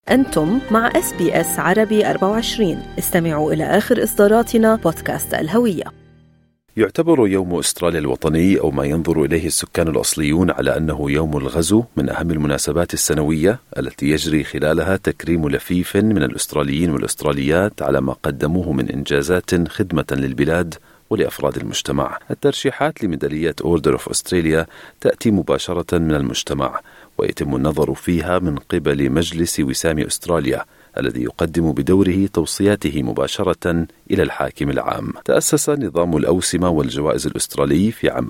أنتم مع SBS عربي 24. استمعوا إلى آخر إصداراتنا بودكاست الهوية. يعتبر يوم أستراليا الوطني أو ما ينظر إليه السكان الأصليون على أنه يوم الغزو من أهم المناسبات السنوية التي يجري خلالها تكريم لفيف من الأستراليين والأستراليات على ما قدموه من إنجازات خدمة للبلاد ولأفراد المجتمع. الترشيحات لميدالية أوردر أوف أستراليا تأتي مباشرة من المجتمع، ويتم النظر فيها من قبل مجلس وسام أستراليا الذي يقدم بدوره توصياته مباشرة إلى الحاكم العام. تأسس نظام الأوسمة والجوائز الأسترالي في عام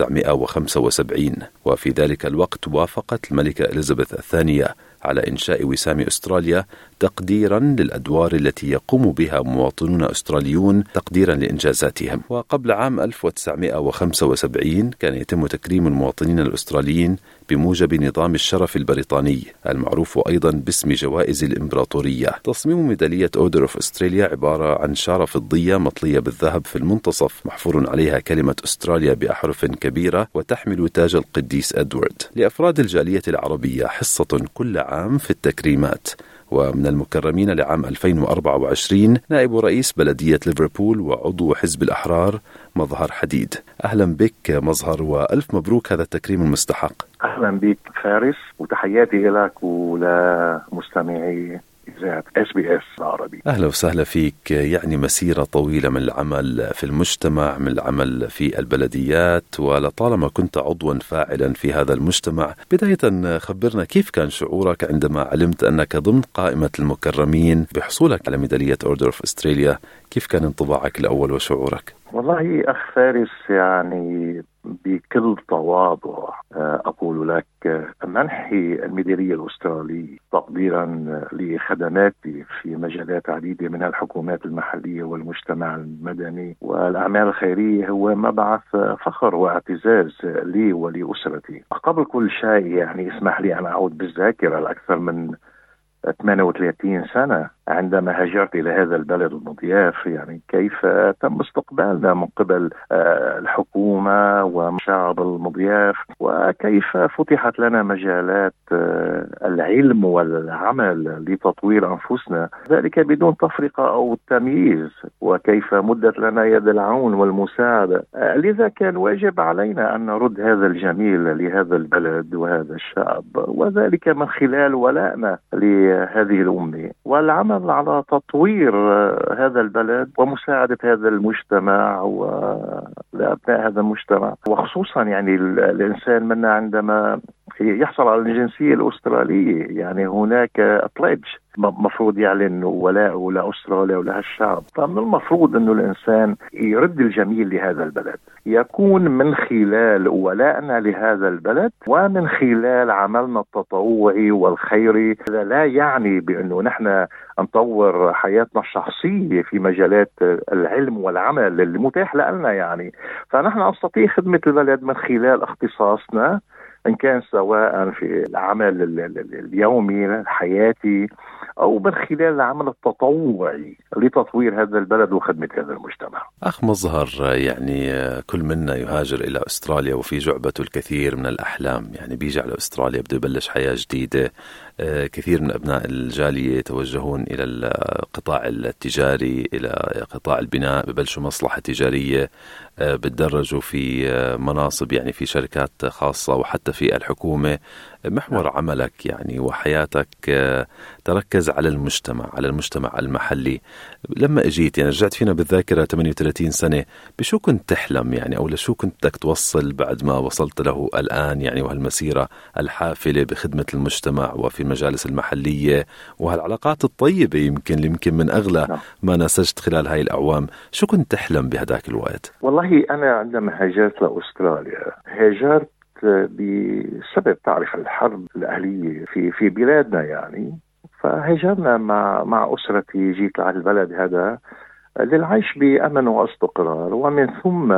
1975، وفي ذلك الوقت وافقت الملكة إليزابيث الثانية على إنشاء وسام أستراليا تقديرا للأدوار التي يقوم بها مواطنون أستراليون تقديرا لإنجازاتهم. وقبل عام 1975 كان يتم تكريم المواطنين الأستراليين بموجب نظام الشرف البريطاني المعروف أيضا باسم جوائز الإمبراطورية. تصميم ميدالية أوردر أوف أستراليا عبارة عن شارة فضية مطلية بالذهب في المنتصف محفور عليها كلمة أستراليا بأحرف كبيرة وتحمل تاج القديس أدوارد. لأفراد الجالية العربية حصة كل عام في التكريمات، ومن المكرمين لعام 2024 نائب رئيس بلدية ليفربول وعضو حزب الأحرار مظهر حديد. أهلا بك مظهر، وألف مبروك هذا التكريم المستحق. أهلا بك فارس، وتحياتي لك ولمستمعي إذاعة SBS العربي. أهلا وسهلا فيك. يعني مسيرة طويلة من العمل في المجتمع، من العمل في البلديات، ولطالما كنت عضوا فاعلا في هذا المجتمع. بداية خبرنا كيف كان شعورك عندما علمت أنك ضمن قائمة المكرمين بحصولك على ميدالية أوردر أوف أستراليا؟ كيف كان انطباعك الأول وشعورك؟ والله أخ فارس، يعني بكل تواضع أقول لك منحي الميدالية الأسترالية تقديرا لخدماتي في مجالات عديدة من الحكومات المحلية والمجتمع المدني والأعمال الخيرية هو مبعث فخر واعتزاز لي ولأسرتي. قبل كل شيء يعني اسمح لي أن أعود بالذاكرة لأكثر من 38 سنة عندما هاجرت إلى هذا البلد المضياف. يعني كيف تم استقبالنا من قبل الحكومة والشعب المضياف، وكيف فتحت لنا مجالات العلم والعمل لتطوير أنفسنا، ذلك بدون تفرقة أو تمييز، وكيف مدت لنا يد العون والمساعدة. لذا كان واجب علينا أن نرد هذا الجميل لهذا البلد وهذا الشعب، وذلك من خلال ولائنا لهذه الأمة والعمل على تطوير هذا البلد ومساعدة هذا المجتمع ولأبناء هذا المجتمع. وخصوصا يعني الإنسان منا عندما يحصل على الجنسية الأسترالية، يعني هناك بليدج مفروض يعلن ولاءه لأستراليا ولها الشعب. فمن المفروض أنه الإنسان يرد الجميل لهذا البلد، يكون من خلال ولائنا لهذا البلد ومن خلال عملنا التطوعي والخيري. هذا لا يعني بأنه نحن نطور حياتنا الشخصية في مجالات العلم والعمل المتاح لنا، يعني فنحن نستطيع خدمة البلد من خلال اختصاصنا، إن كان سواء في العمل اليومي الحياتي أو من خلال العمل التطوعي لتطوير هذا البلد وخدمة هذا المجتمع. أخ مظهر، يعني كل منا يهاجر إلى أستراليا وفي جعبته الكثير من الأحلام، يعني بيجي على أستراليا بده يبلش حياة جديدة. كثير من أبناء الجالية يتوجهون إلى القطاع التجاري، إلى قطاع البناء، ببلشوا مصلحة تجارية، بتدرجوا في مناصب يعني في شركات خاصة وحتى في الحكومة. محور عملك يعني وحياتك تركز على المجتمع المحلي. لما اجيت يعني رجعت فينا بالذاكرة 38 سنة، بشو كنت تحلم يعني، أو لشو كنت بدك توصل بعد ما وصلت له الآن يعني، وهالمسيرة الحافلة بخدمة المجتمع وفي المجالس المحلية وهالعلاقات الطيبة يمكن من أغلى ما نسجت خلال هاي الأعوام؟ شو كنت تحلم بهداك الوقت؟ والله أنا عندما هاجرت لأستراليا هاجرت بسبب تعرف الحرب الأهلية في بلادنا، يعني فهاجرنا مع أسرتي. جيت على البلد هذا للعيش بأمن واستقرار، ومن ثم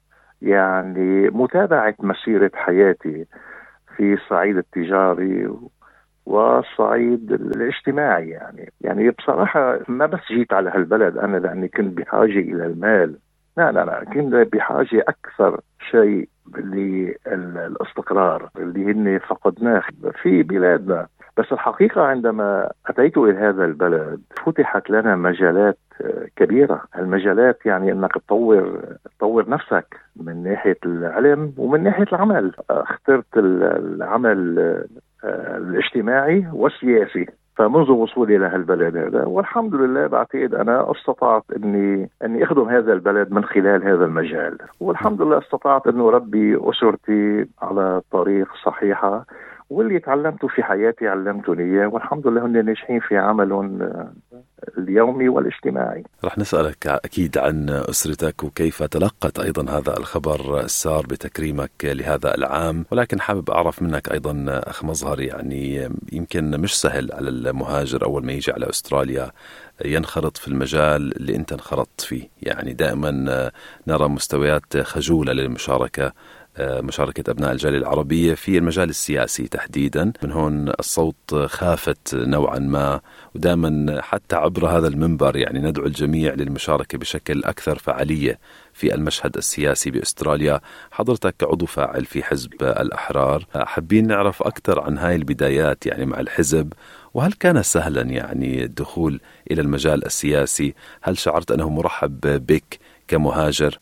يعني متابعة مسيرة حياتي في الصعيد التجاري والصعيد الاجتماعي. يعني بصراحة ما بس جيت على هالبلد أنا لأني كنت بحاجة إلى المال، لا كنت بحاجة أكثر شيء للاستقرار اللي هن فقدناه في بلادنا. بس الحقيقة عندما أتيت إلى هذا البلد فتحت لنا مجالات كبيرة. المجالات يعني أنك تطور نفسك من ناحية العلم ومن ناحية العمل. اخترت العمل الاجتماعي والسياسي. فمنذ وصولي إلى هالبلد هذا والحمد لله بعتقد أنا استطعت أني أخدم هذا البلد من خلال هذا المجال، والحمد لله استطعت أنه ربي أسرتي على طريق صحيحة، واللي تعلمته في حياتي علمتني إياه، والحمد لله هن ناجحين في عملهم اليومي والاجتماعي. رح نسألك أكيد عن أسرتك وكيف تلقت أيضا هذا الخبر السار بتكريمك لهذا العام، ولكن حابب أعرف منك أيضا أخ مظهر، يعني يمكن مش سهل على المهاجر أول ما يجي على أستراليا ينخرط في المجال اللي أنت انخرطت فيه. يعني دائما نرى مستويات خجولة للمشاركة، مشاركة أبناء الجالية العربية في المجال السياسي تحديدا. من هون الصوت خافت نوعا ما، ودائما حتى عبر هذا المنبر يعني ندعو الجميع للمشاركة بشكل أكثر فعالية في المشهد السياسي بأستراليا. حضرتك كعضو فاعل في حزب الأحرار، حابين نعرف أكثر عن هاي البدايات يعني مع الحزب، وهل كان سهلا يعني الدخول إلى المجال السياسي؟ هل شعرت أنه مرحب بك كمهاجر؟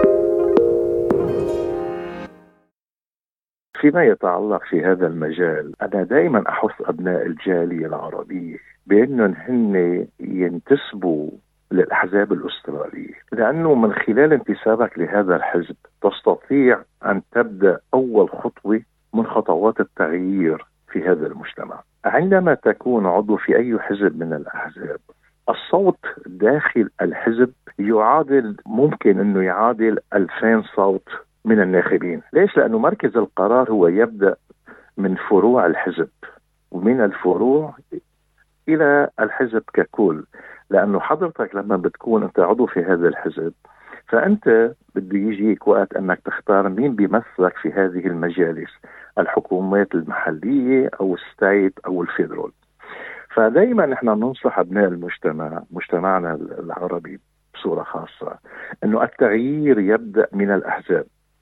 فيما يتعلق في هذا المجال، أنا دائما أحث أبناء الجالية العربية بأنهم هن ينتسبوا للأحزاب الأسترالية، لأنه من خلال انتسابك لهذا الحزب تستطيع أن تبدأ أول خطوة من خطوات التغيير في هذا المجتمع. عندما تكون عضو في أي حزب من الأحزاب، الصوت داخل الحزب ممكن أنه يعادل 2000 صوت من الناخبين. ليش؟ لأنه مركز القرار هو يبدأ من فروع الحزب، ومن الفروع إلى الحزب ككل. لأنه حضرتك لما بتكون أنت عضو في هذا الحزب، فأنت بده يجيك وقت أنك تختار مين بيمثلك في هذه المجالس، الحكومات المحلية أو الستايت أو الفيدرال. فدايما نحن ننصح أبناء مجتمعنا العربي بصورة خاصة أنه التغيير يبدأ من الأحزاب.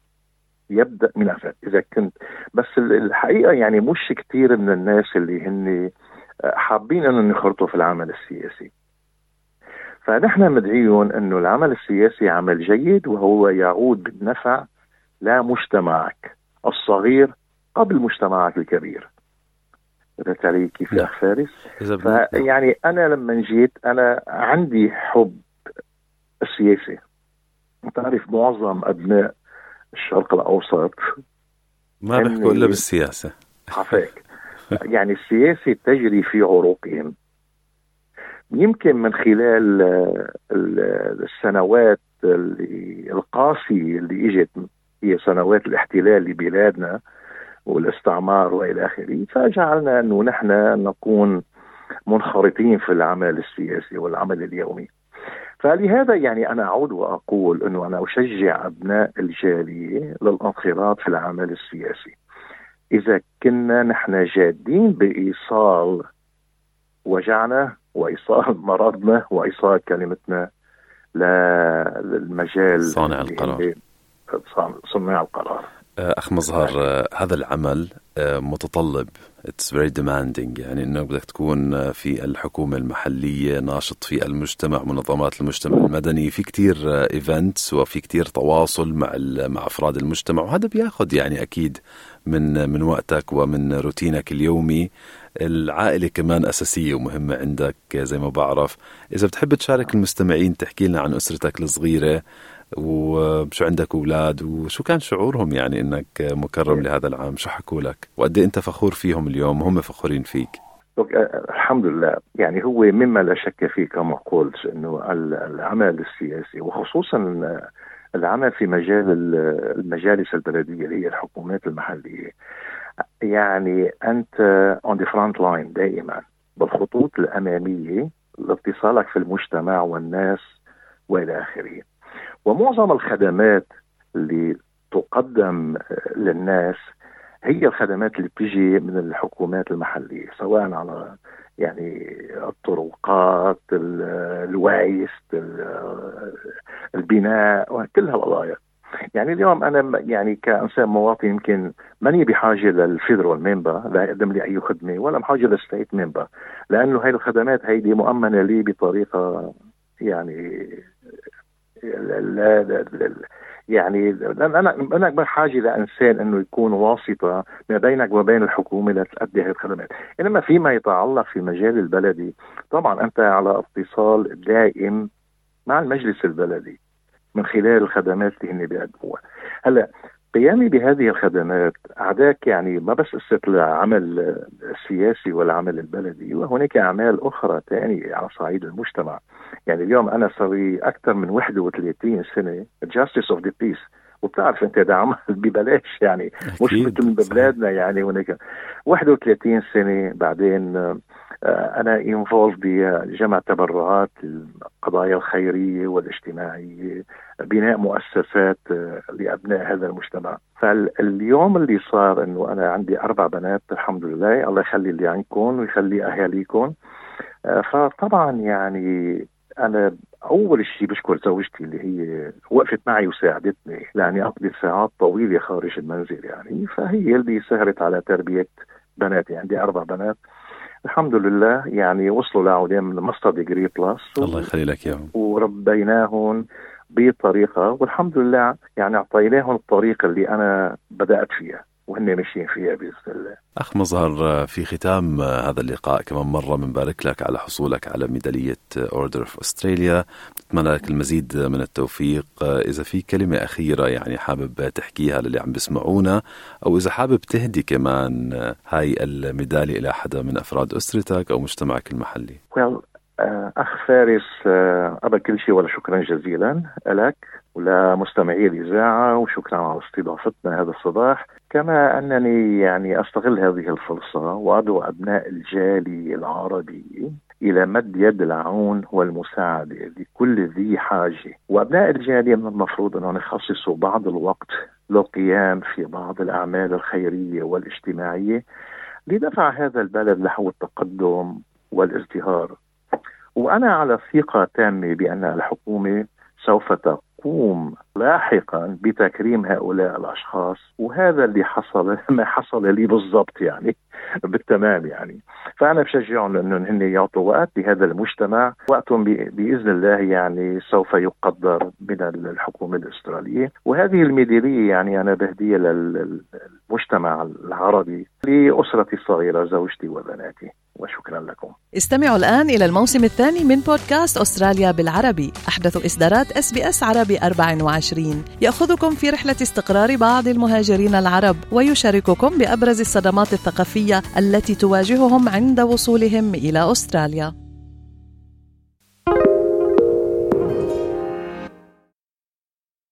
إذا كنت بس الحقيقة يعني مش كتير من الناس اللي هن حابين أن يخرطوا في العمل السياسي. فنحن مدعيون أنه العمل السياسي عمل جيد، وهو يعود بالنفع لمجتمعك الصغير قبل مجتمعك الكبير. قلت علي كيف يا أخ فارس؟ يعني أنا لما جيت أنا عندي حب السياسة. تعرف معظم أبناء الشرق الأوسط ما بيحكوا إلا بالسياسة. عفاك. يعني السياسة تجري في عروقهم. يمكن من خلال السنوات القاسية اللي اجت، هي سنوات الاحتلال لبلادنا والاستعمار وإلى آخره، فجعلنا أنه نحن نكون منخرطين في العمل السياسي والعمل اليومي. فلهذا يعني أنا أعود وأقول أنه أنا أشجع أبناء الجالية للانخراط في العمل السياسي، إذا كنا نحن جادين بإيصال وجعنا وإيصال مرضنا وإيصال كلمتنا للمجال صانع القرار. صناع القرار. أخ مظهر، هذا العمل متطلب، it's very demanding، يعني أنه بدك تكون في الحكومة المحلية، ناشط في المجتمع، منظمات المجتمع المدني، في كتير events وفي كتير تواصل مع أفراد المجتمع، وهذا بياخد يعني أكيد من وقتك ومن روتينك اليومي. العائلة كمان أساسية ومهمة عندك زي ما بعرف. إذا بتحب تشارك المستمعين تحكي لنا عن أسرتك الصغيرة، وشو عندك أولاد، وشو كان شعورهم يعني إنك مكرم لهذا العام، شو حكوا لك، وقد أنت فخور فيهم اليوم وهم فخورين فيك؟ الحمد لله. يعني هو مما لا شك فيه كما قلت أنه العمل السياسي وخصوصا العمل في مجال المجالس البلدية اللي هي الحكومات المحلية، يعني أنت on the front line دائما بالخطوط الأمامية لاتصالك في المجتمع والناس وإلى آخره. ومعظم الخدمات اللي تقدم للناس هي الخدمات اللي بتجي من الحكومات المحلية، سواء على يعني الطرقات، الوعي، البناء، وكل هالقضايا. يعني اليوم أنا يعني كإنسان مواطن يمكن ماني بحاجة للفيدرال ميمبر لا يقدم لي أي خدمة، ولا بحاجة للستيت ميمبر، لأنه هاي الخدمات هيدي مؤمنة لي بطريقة يعني يعني أنا بحاجة لإنسان إنه يكون واسطة ما بينك وبين الحكومة لتأدي هذه الخدمات. إنما فيما يتعلق في مجال البلدي طبعا أنت على اتصال دائم مع المجلس البلدي من خلال الخدمات اللي هن بيقدموها. هلا قيامي بهذه الخدمات أعداك يعني ما بس قصة العمل السياسي والعمل البلدي، وهناك أعمال أخرى ثانية على صعيد المجتمع. يعني اليوم أنا صار لي أكثر من 31 سنة Justice of the Peace، وبتعرف أنت ده عمل ببلاش يعني مش مثل ببلادنا يعني. هناك 31 سنة بعدين أنا involved بجمع تبرعات القضايا الخيرية والاجتماعية، بناء مؤسسات لأبناء هذا المجتمع. فاليوم اللي صار أنه أنا عندي 4 بنات الحمد لله، الله يخلي اللي عندكم ويخلي أهاليكم. فطبعا يعني أنا أول شيء بشكر زوجتي اللي هي وقفت معي وساعدتني لأني أقضي ساعات طويلة خارج المنزل يعني، فهي اللي سهرت على تربية بناتي. عندي 4 بنات الحمد لله يعني وصلوا لعودين من ماستر ديجري بلس، الله يخلي لك اياهم، وربيناهم بطريقة والحمد لله يعني أعطيناهم الطريقة اللي أنا بدأت فيها وهن ماشيين فيها بإذن الله. أخ مظهر، في ختام هذا اللقاء كمان مرة بنبارك لك على حصولك على ميدالية Order of Australia، نتمنى لك المزيد من التوفيق. إذا في كلمة أخيرة يعني حابب تحكيها للي عم بسمعونا، أو إذا حابب تهدي كمان هاي الميدالية إلى حدا من أفراد أسرتك أو مجتمعك المحلي. أخ فارس، قبل كل شيء ولا شكرا جزيلا لك ولمستمعي الإذاعة، وشكرا على استضافتنا هذا الصباح. كما أنني يعني أستغل هذه الفرصة وأدعو أبناء الجالي العربي إلى مد يد العون والمساعدة لكل ذي حاجة. وأبناء الجالية من المفروض أنهم يخصصوا بعض الوقت للقيام في بعض الأعمال الخيرية والاجتماعية لدفع هذا البلد نحو التقدم والازدهار. وأنا على ثقة تامة بأن الحكومة سوف تقوم لاحقا بتكريم هؤلاء الأشخاص، وهذا اللي حصل ما حصل لي بالضبط يعني بالتمام يعني. فأنا بشجعهم أنهم هن يعطوا وقت لهذا المجتمع، وقتهم بإذن الله يعني سوف يقدر من الحكومة الأسترالية. وهذه الميدالية يعني أنا بهدية للمجتمع العربي لأسرتي الصغيرة زوجتي وبناتي، وشكرا لكم. استمعوا الآن إلى الموسم الثاني من بودكاست أستراليا بالعربي، أحدث إصدارات SBS عربي 24، يأخذكم في رحلة استقرار بعض المهاجرين العرب ويشارككم بأبرز الصدمات الثقافية التي تواجههم عند وصولهم إلى أستراليا.